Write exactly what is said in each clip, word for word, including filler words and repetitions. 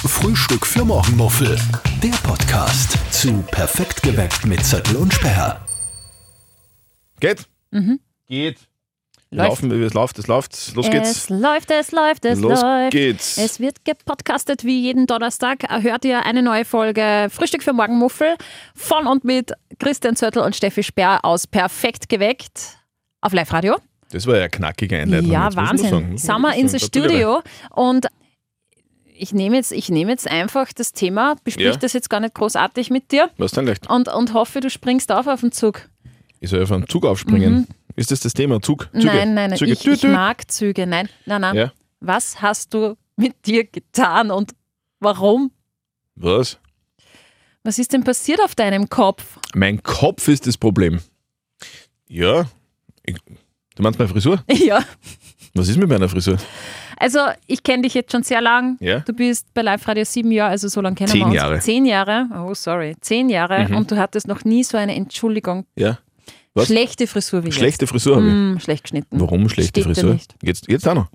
Frühstück für Morgenmuffel. Der Podcast zu Perfekt geweckt mit Zettel und Sperr. Geht? Mhm. Geht. Wir Läuft. laufen, es läuft, es läuft. Los geht's. Es läuft, es läuft, es Los läuft. geht's. Es wird gepodcastet wie jeden Donnerstag. Hört ihr eine neue Folge Frühstück für Morgenmuffel von und mit Christian Zöttl und Steffi Sperr aus Perfekt geweckt auf Live-Radio. Das war ja eine knackige Einleitung. Ja, jetzt muss man sagen. Wahnsinn. Muss Sind man wir wirklich ins sagen. Studio und ich nehme jetzt, ich nehme jetzt einfach das Thema, besprich Ja. das jetzt gar nicht großartig mit dir Was denn leicht? und, und hoffe, du springst auf auf den Zug. Ich soll ja von einem Zug aufspringen. Ist das das Thema? Zug? Züge? Nein, nein, nein, Züge. ich, Tü, ich tü. mag Züge. Nein, nein, nein. Ja. Was hast du mit dir getan und warum? Was? Was ist denn passiert auf deinem Kopf? Mein Kopf ist das Problem. Ja. Ich, du meinst meine Frisur? Ja, Was ist mit meiner Frisur? also ich kenne dich jetzt schon sehr lang. Ja. Du bist bei Live Radio sieben Jahre, also so lange kennen Zehn wir uns. Jahre. Zehn Jahre. Oh, sorry. Zehn Jahre Mhm. und du hattest noch nie so eine Entschuldigung. Ja. Was? Schlechte Frisur wie Schlechte Frisur habe ich. jetzt. Mm, schlecht geschnitten. Warum schlechte Steht dir Frisur? nicht. Jetzt, jetzt auch noch.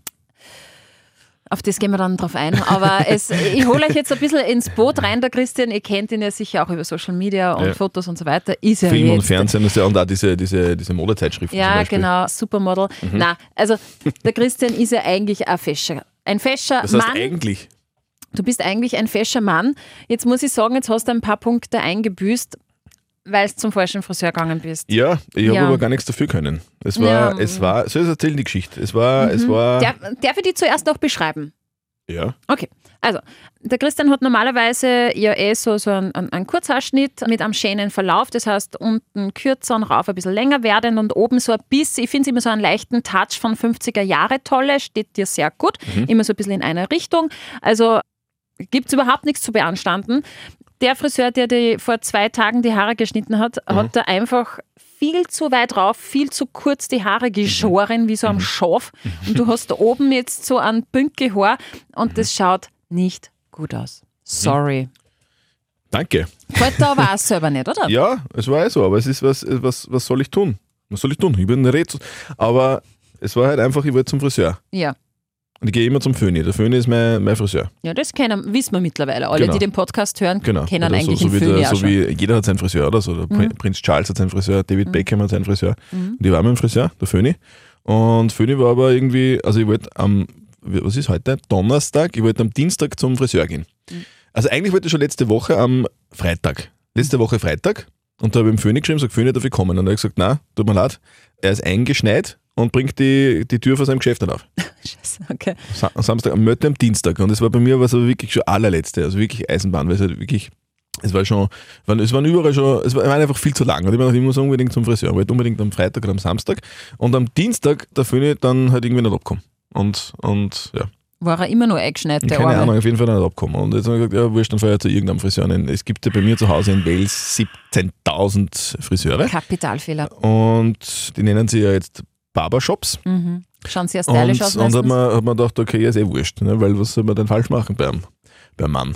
Auf das gehen wir dann drauf ein. Aber es, ich hole euch jetzt ein bisschen ins Boot rein. Der Christian, ihr kennt ihn ja sicher auch über Social Media und Ja. Fotos und so weiter. Ist ja Film jetzt und Fernsehen ist ja und auch diese, diese, diese Modezeitschriften zum Ja, Beispiel. Mhm. genau, Supermodel. Na, also der Christian ist ja eigentlich ein fescher. Ein fescher Das heißt Mann. eigentlich, Du bist eigentlich ein fescher Mann. Jetzt muss ich sagen, jetzt hast du ein paar Punkte eingebüßt, weil du zum falschen Friseur gegangen bist. ja, ich habe Ja. aber gar nichts dafür können. Es war, Ja. es war, so ist erzählen die Geschichte. Es war, es war, Darf, darf ich die zuerst noch beschreiben? ja, Okay, also der Christian hat normalerweise ja eh so, so einen, einen, einen Kurzhaarschnitt mit einem schönen Verlauf, das heißt unten kürzer und rauf ein bisschen länger werdend und oben so ein bisschen, ich finde es immer so einen leichten Touch von fünfziger Jahre Tolle, steht dir sehr gut, immer so ein bisschen in einer Richtung, also gibt es überhaupt nichts zu beanstanden. Der Friseur, der dir vor zwei Tagen die Haare geschnitten hat, hat da einfach viel zu weit rauf, viel zu kurz die Haare geschoren, wie so am Schaf. Und du hast da oben jetzt so ein Bünke Haar und das schaut nicht gut aus. Sorry. danke. Fällt da aber auch selber nicht, oder? Ja, es war eh so, aber es ist was, was, was soll ich tun? Was soll ich tun? Ich bin ein Rätsel. Aber es war halt einfach, ich wollte zum Friseur. Ja. Und ich gehe immer zum Föhni. Der Föhni ist mein, mein Friseur. Ja, das kennen, wissen wir mittlerweile. Alle, Genau. die den Podcast hören, Genau. kennen Oder eigentlich so, so den wie Föhni der, auch so schon. wie jeder hat seinen Friseur oder so. Der Prin- Prinz Charles hat seinen Friseur, David Beckham hat seinen Friseur. Und ich war mein Friseur, der Föhni. Und Föhni war aber irgendwie, also ich wollte am, was ist heute? Donnerstag, ich wollte am Dienstag zum Friseur gehen. Also eigentlich wollte ich schon letzte Woche am Freitag. Letzte Woche Freitag. Und da habe ich dem Föhni geschrieben, sag, Föhni, darf ich kommen? Und er hat gesagt, nein, tut mir leid. Er ist eingeschneit und bringt die, die Tür vor seinem Geschäft nicht auf. Scheiße, okay. Sa- am Samstag, am Mötte am Dienstag. Und es war bei mir was aber wirklich schon allerletzte, also wirklich Eisenbahn, weil es halt wirklich, es war schon, waren- es waren überall schon, es war war einfach viel zu lang. Und ich, mir gedacht, ich muss unbedingt zum Friseur. Ich wollte unbedingt am Freitag oder am Samstag. Und am Dienstag, der Föhni dann halt irgendwie nicht abkommen. Und, und ja, War er immer nur eingeschneit, der keine Arme. Ahnung, auf jeden Fall nicht abkommen. Und jetzt habe ich gesagt, ja, wurscht, dann fahre ich zu irgendeinem Friseur. Es gibt ja bei mir zu Hause in Wales siebzehntausend Friseure. Kapitalfehler. Und die nennen sie ja jetzt Barbershops. Mhm. Schauen sehr stylisch Und, aus. und hat meistens. man, hat man gedacht, okay, ja, ist eh wurscht, ne? Weil was soll man denn falsch machen beim, beim Mann?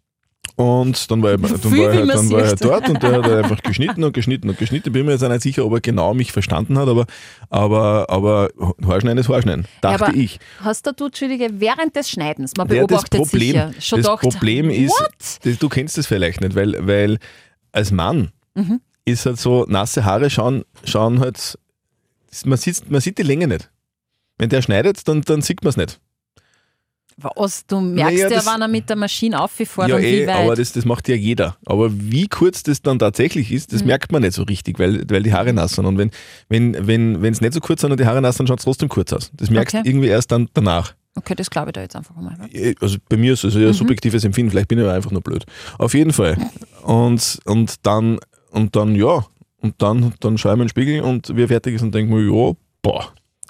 Und dann war ich, dann Viel, war wie ich, man dann war ich sieht. dort und der hat einfach geschnitten und geschnitten und geschnitten. Ich bin mir jetzt auch nicht sicher, ob er genau mich verstanden hat, aber, aber, aber Haarschneiden ist Haarschneiden, dachte Ja, aber ich. Hast du, du, Entschuldige, während des Schneidens, man Ja, das beobachtet Problem, sicher, schon das gedacht, Problem ist, what? das, du kennst das vielleicht nicht, weil, weil als Mann Mhm. ist halt so, nasse Haare schauen, schauen halt, man sieht, man sieht die Länge nicht. Wenn der schneidet, dann, dann sieht man es nicht. Was, du merkst Naja, ja, das- wann er mit der Maschine auffährt Ja, und eh, wie weit. aber das, das macht ja jeder. Aber wie kurz das dann tatsächlich ist, Mhm. das merkt man nicht so richtig, weil, weil die Haare nass sind. Und wenn wenn wenn wenn, es nicht so kurz sind und die Haare nass sind, schaut es trotzdem kurz aus. Das merkst du Okay. irgendwie erst dann danach. Okay, das glaube ich da jetzt einfach mal. Also bei mir ist es Mhm. ja ein subjektives Empfinden, vielleicht bin ich aber einfach nur blöd. Auf jeden Fall. Und, und dann, und dann, ja, und dann, dann schaue ich mir in den Spiegel und wie er fertig ist und denke mir, ja, boah.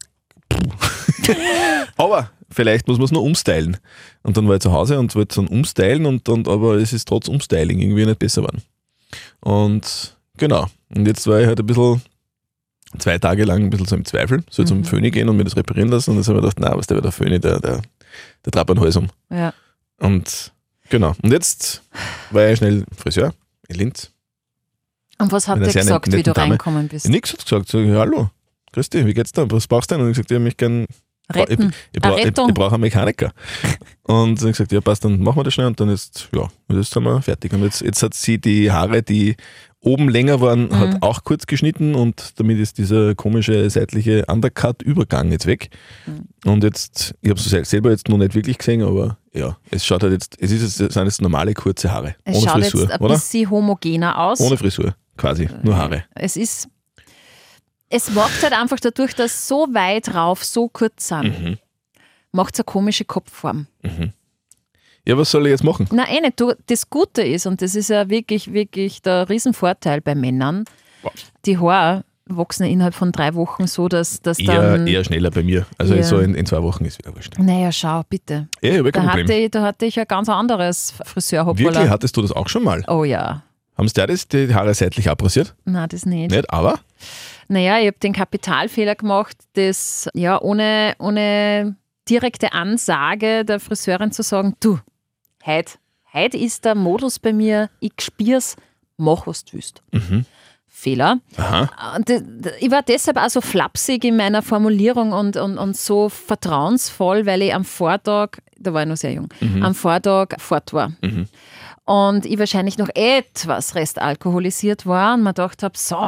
Puh. Aber vielleicht muss man es nur umstylen. Und dann war ich zu Hause und wollte es dann umstylen, und, und, aber es ist trotz Umstyling irgendwie nicht besser geworden. Und genau. Und jetzt war ich halt ein bisschen, zwei Tage lang ein bisschen so im Zweifel, soll zum Mhm. Föhni gehen und mir das reparieren lassen. Und jetzt habe ich gedacht, na, was der, der Föhni, der, der, der treibt einen Hals um. Ja. Und genau. Und jetzt war ich schnell Friseur in Linz. Und was hat Mit einer er sehr gesagt, netten wie du Dame. reingekommen bist? Nix hat gesagt, so, ja, hallo, grüß dich, wie geht's da? Was brauchst du denn? Und ich gesagt, ja, ich möchte gern Retten. Ich, ich, brauche ich, Rettung. ich brauch einen Mechaniker. Und dann habe ich gesagt, ja passt, dann machen wir das schnell und dann ist, ja, jetzt sind wir fertig. Und jetzt, jetzt hat sie die Haare, die oben länger waren, Mhm. hat auch kurz geschnitten und damit ist dieser komische seitliche Undercut-Übergang jetzt weg. Mhm. Und jetzt, ich habe es selber jetzt noch nicht wirklich gesehen, aber ja, es schaut halt jetzt, es ist jetzt, es sind jetzt normale kurze Haare. Es ohne schaut Frisur, jetzt ein oder? bisschen homogener aus. Ohne Frisur, quasi, nur Haare. Es ist, es macht halt einfach dadurch, dass so weit rauf, so kurz sind, Mhm. macht es eine komische Kopfform. Ja, was soll ich jetzt machen? Na eh nicht. Du, das Gute ist, und das ist ja wirklich, wirklich der Riesenvorteil bei Männern, Wow. die Haare wachsen ja innerhalb von drei Wochen so, dass das Eher, dann... eher schneller bei mir. Also Ja. so in, in zwei Wochen ist wieder wurscht. Naja, schau, bitte. Ja, ich habe Da kein hatte, Problem. ich, da hatte ich ein ganz anderes friseur Wirklich, hattest du das auch schon mal? Oh ja. Haben sie dir das die Haare seitlich abrasiert? Nein, das nicht. Nicht, aber? Naja, ich habe den Kapitalfehler gemacht, das ja ohne, ohne direkte Ansage der Friseurin zu sagen, du, heute, heute ist der Modus bei mir, ich spür's, mach was du willst. Mhm. Fehler. Aha. Und d- d- ich war deshalb auch so flapsig in meiner Formulierung und, und, und so vertrauensvoll, weil ich am Vortag, da war ich noch sehr jung, am Vortag fort war. Mhm. Und ich wahrscheinlich noch etwas restalkoholisiert war und mir gedacht habe, so,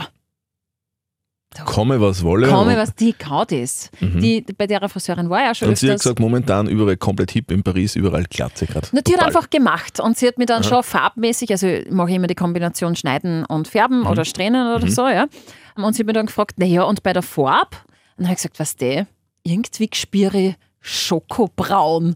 Komme, was wolle. komme, und, was die kaut ist. Die, bei der Friseurin war ja schon und sie hat öfters. gesagt, momentan überall komplett hip in Paris, überall Glatze gerade. Na, die hat Total. einfach gemacht und sie hat mir dann schon farbmäßig, also ich mache immer die Kombination Schneiden und Färben oder Strähnen oder so, ja. Und sie hat mir dann gefragt, naja, und bei der Farbe? Und dann habe ich gesagt, was der? Irgendwie spüre ich Schokobraun.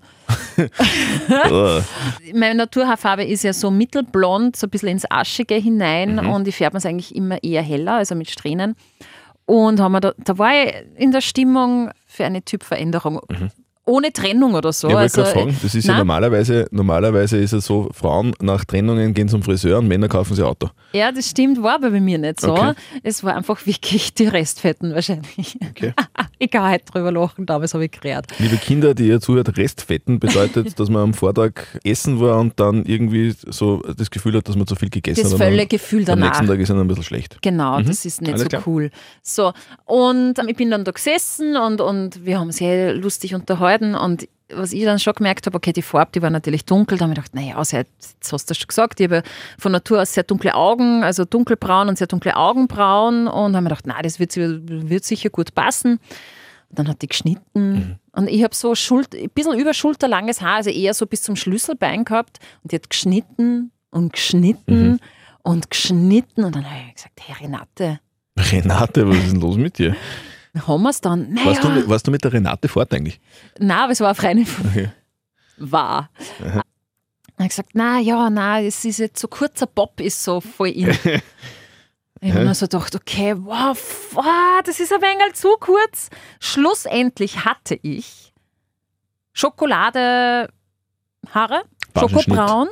Oh. Meine Naturhaarfarbe ist ja so mittelblond, so ein bisschen ins Aschige hinein und ich färbe es eigentlich immer eher heller, also mit Strähnen. Und haben wir da, da war ich in der Stimmung für eine Typveränderung. Ohne Trennung oder so. Ich wollte also, gerade fragen, das ist ja nein. normalerweise, normalerweise ist es so, Frauen nach Trennungen gehen zum Friseur und Männer kaufen sich Auto. Ja, das stimmt, war aber bei mir nicht so. Okay. Es war einfach wirklich die Restfetten wahrscheinlich. Okay. Ich kann heute drüber lachen, damals habe ich gerät. Liebe Kinder, die ihr zuhört, Restfetten bedeutet, dass man am Vortag essen war und dann irgendwie so das Gefühl hat, dass man zu viel gegessen Das hat. völlige und Gefühl am danach. nächsten Tag ist es dann ein bisschen schlecht. Genau, das ist nicht Alles so klar. cool. So, und ähm, ich bin dann da gesessen und, und wir haben sehr lustig unterhalten und was ich dann schon gemerkt habe, okay, die Farbe, die war natürlich dunkel, da habe ich gedacht, naja, also jetzt hast du das schon gesagt, ich habe von Natur aus sehr dunkle Augen, also dunkelbraun und sehr dunkle Augenbrauen und habe mir gedacht, na, das wird, wird sicher gut passen. Und dann hat die geschnitten Mhm. und ich habe so Schul- ein bisschen über schulterlanges Haar, also eher so bis zum Schlüsselbein gehabt und die hat geschnitten und geschnitten Mhm. und geschnitten und dann habe ich gesagt, hey Renate, Renate, was ist denn los mit dir? haben wir es dann? Naja, Warst, du, mit- warst du mit der Renate fort eigentlich? nein, aber es war eine Freundin von Okay. war. Dann habe ich gesagt, na ja, na, es ist jetzt so kurzer Bob ist so voll in. Ich habe mir so gedacht, okay, wow, wow, das ist ein wenig zu kurz. Schlussendlich hatte ich Schokoladehaare, Basenschnitt. Schokobraun,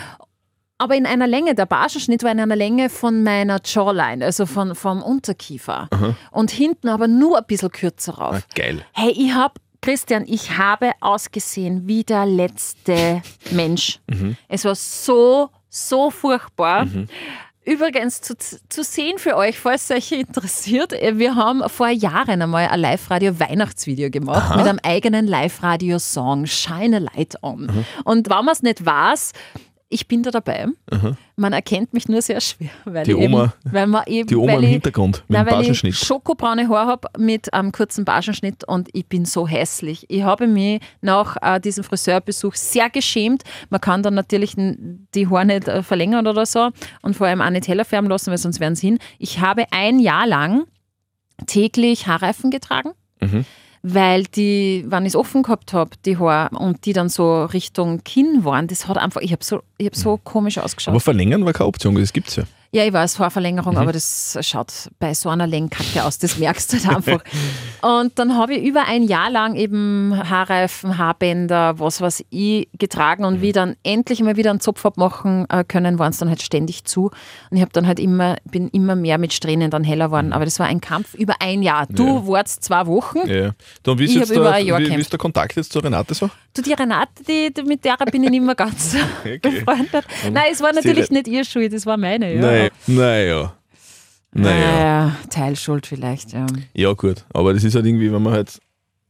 aber in einer Länge, der Basenschnitt war in einer Länge von meiner Jawline, also von, vom Unterkiefer. Und hinten aber nur ein bisschen kürzer rauf. Ah, geil. Hey, ich habe, Christian, ich habe ausgesehen wie der letzte Mensch. Es war so, so furchtbar. Übrigens, zu, zu sehen für euch, falls es euch interessiert, wir haben vor Jahren einmal ein Live-Radio-Weihnachtsvideo gemacht mit einem eigenen Live-Radio-Song, Shine a Light On. Und wenn man es nicht weiß, ich bin da dabei. Man erkennt mich nur sehr schwer, weil Die ich Oma- eben, weil man eben, Die Oma weil im ich, Hintergrund mit Nein, dem weil ich Basenschnitt. schokobraune Haare habe mit einem kurzen Basenschnitt und ich bin so hässlich. Ich habe mich nach äh, diesem Friseurbesuch sehr geschämt. Man kann dann natürlich n- die Haare nicht äh, verlängern oder so und vor allem auch nicht heller färben lassen, weil sonst werden sie hin. Ich habe ein Jahr lang täglich Haarreifen getragen. Mhm. Weil die, wenn ich es offen gehabt habe, die Haare und die dann so Richtung Kinn waren, das hat einfach, ich habe so, ich hab so komisch ausgeschaut. Aber verlängern war keine Option, das gibt's ja. Ja, ich weiß, Haarverlängerung, Mhm. aber das schaut bei so einer Länge kacke aus, das merkst du halt einfach. Und dann habe ich über ein Jahr lang eben Haarreifen, Haarbänder, was weiß ich, getragen und wie ich dann endlich mal wieder einen Zopf abmachen äh, können, waren es dann halt ständig zu. Und ich habe dann halt immer, bin immer mehr mit Strähnen dann heller geworden. Aber das war ein Kampf über ein Jahr. Du Ja. warst zwei Wochen. Ja. Dann, wie, ist Ich jetzt hab über der, ein Jahr wie, wie gekämpft. ist der Kontakt jetzt zu Renate so? Du, die Renate, die, die, mit der bin ich nicht mehr ganz befreundet. Nein, es war Ist die natürlich Re- nicht ihr Schuld, es war meine. Ja. Nein, naja. Naja. Naja, Teilschuld vielleicht, ja. Ja, gut. Aber das ist halt irgendwie, wenn man halt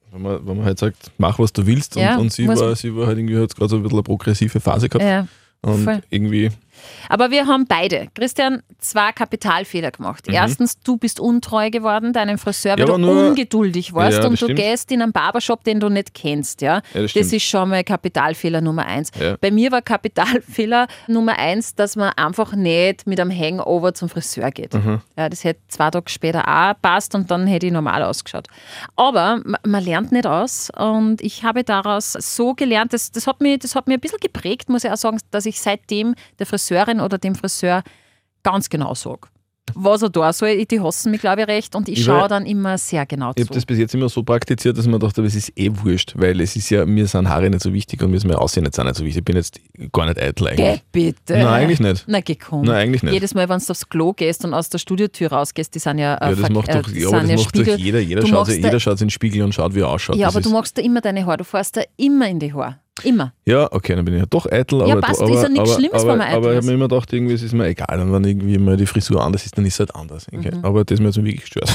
Wenn man, wenn man halt sagt, mach was du willst und, Ja, und sie, muss war, man- sie war halt irgendwie, hat gerade so ein bisschen eine progressive Phase gehabt. Ja. und voll. irgendwie, Aber wir haben beide, Christian, zwei Kapitalfehler gemacht. Erstens, du bist untreu geworden deinem Friseur, weil Mhm. Ja, du aber nur- ungeduldig warst Ja, und das du stimmt. gehst in einen Barbershop, den du nicht kennst. Ja? Ja, das das stimmt. ist schon mal Kapitalfehler Nummer eins. Ja. Bei mir war Kapitalfehler Nummer eins, dass man einfach nicht mit einem Hangover zum Friseur geht. Mhm. Ja, das hätte zwei Tage später auch passt und dann hätte ich normal ausgeschaut. Aber ma- man lernt nicht aus und ich habe daraus so gelernt, das, das, hat mich, das hat mich ein bisschen geprägt, muss ich auch sagen, dass ich seitdem der Friseurin oder dem Friseur ganz genau sage, was er da soll. Die hassen mich, glaube ich, recht und ich Ich schaue war- dann immer sehr genau ich zu. habe das bis jetzt immer so praktiziert, dass ich mir dachte, es ist eh wurscht, weil es ist ja, mir sind Haare nicht so wichtig und mir ist mein Aussehen jetzt auch nicht so wichtig. Ich bin jetzt gar nicht eitel eigentlich. Geh bitte. Nein, eigentlich nicht. Na, geh komm. Nein, eigentlich nicht. Jedes Mal, wenn du aufs Klo gehst und aus der Studiotür rausgehst, die sind ja äh, Ja, das ver- macht äh, doch, die ja, aber sind das ja macht doch Spiegel. jeder. Jeder Du schaut, machst sich, da- jeder schaut in den Spiegel und schaut, wie er ausschaut. Ja, Das aber du ist, machst da immer deine Haare. Du fährst da immer in die Haare. Immer. ja, okay, dann bin ich ja doch eitel. Ja, aber, passt, aber, ist ja nichts aber, Schlimmes, aber, wenn man eitel aber ich ist. habe mir immer gedacht, irgendwie es ist mir egal. Und wenn irgendwie mal die Frisur anders ist, dann ist es halt anders. Okay. Mhm. Aber das ist mir jetzt wirklich gestört.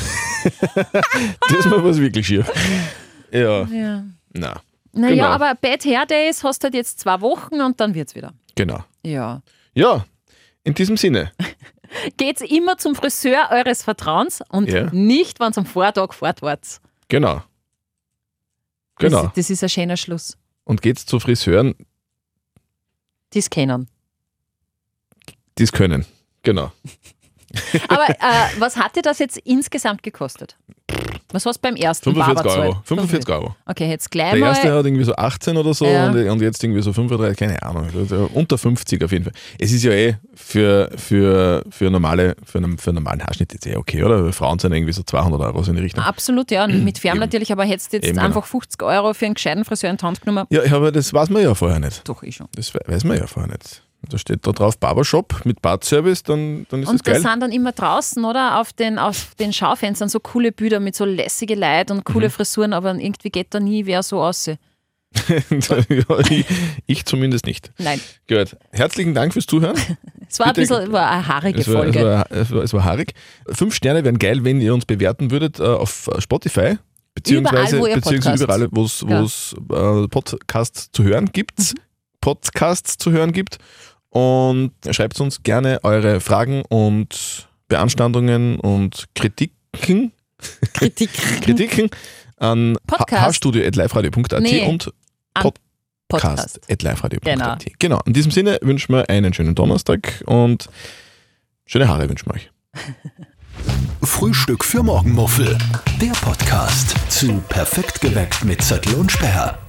Das ist mir was wirklich schief. Ja, Ja. na, Naja, Genau. aber Bad Hair Days hast du halt jetzt zwei Wochen und dann wird's wieder. genau. Ja. Ja, in diesem Sinne. Geht's immer zum Friseur eures Vertrauens und Ja. nicht, wenn ihr am Vortag fort wart. Genau. Genau. Das, das ist ein schöner Schluss. Und geht's zu Friseuren, Die es kennen. die es können. Genau. Aber äh, was hat dir das jetzt insgesamt gekostet? Was hast du beim ersten fünfundvierzig Barber Euro. gezahlt? fünfundvierzig Euro. Okay, jetzt gleich Der mal. erste hat irgendwie so achtzehn oder so Ja. und, und jetzt irgendwie so fünfunddreißig, keine Ahnung. Also unter fünfzig auf jeden Fall. Es ist ja eh für, für, für, normale, für, einen, für einen normalen Haarschnitt jetzt eh okay, oder? Frauen sind irgendwie so zweihundert Euro so in die Richtung. Absolut, ja. Und mit Färm Eben. natürlich, aber hättest du jetzt Eben, einfach fünfzig Euro für einen gescheiten Friseur in die Hand genommen? Ja, aber das weiß man ja vorher nicht. Doch, ich schon. Das we- weiß man ja vorher nicht. Da steht da drauf Barbershop mit Bartservice, dann, dann ist Und das da geil. sind dann immer draußen, oder? Auf den, auf den Schaufenstern so coole Bilder mit so lässige Leute und Mhm. coole Frisuren, aber irgendwie geht da nie wer so aus. ja, ich, ich zumindest nicht. Nein. Gut. Herzlichen Dank fürs Zuhören. Es war ein Bitte- bisschen war eine haarige Es war, es, Folge. war, es, war, es war haarig. Fünf Sterne wären geil, wenn ihr uns bewerten würdet äh, auf Spotify. Beziehungsweise Überall, wo ihr beziehungsweise Podcasts. überall, wo es wo es, äh, Podcasts zu hören gibt. Mhm. Podcasts zu hören gibt. Und schreibt uns gerne eure Fragen und Beanstandungen und Kritiken, Kritik. Kritiken an Podcast. haarstudio at liveradio punkt at Nee, und an Podcast Podcast. at liveradio punkt at. Genau. In diesem Sinne wünschen wir einen schönen Donnerstag und schöne Haare wünschen wir euch. Frühstück für Morgenmuffel. Der Podcast zu Perfekt geweckt mit Zettel und Sperr.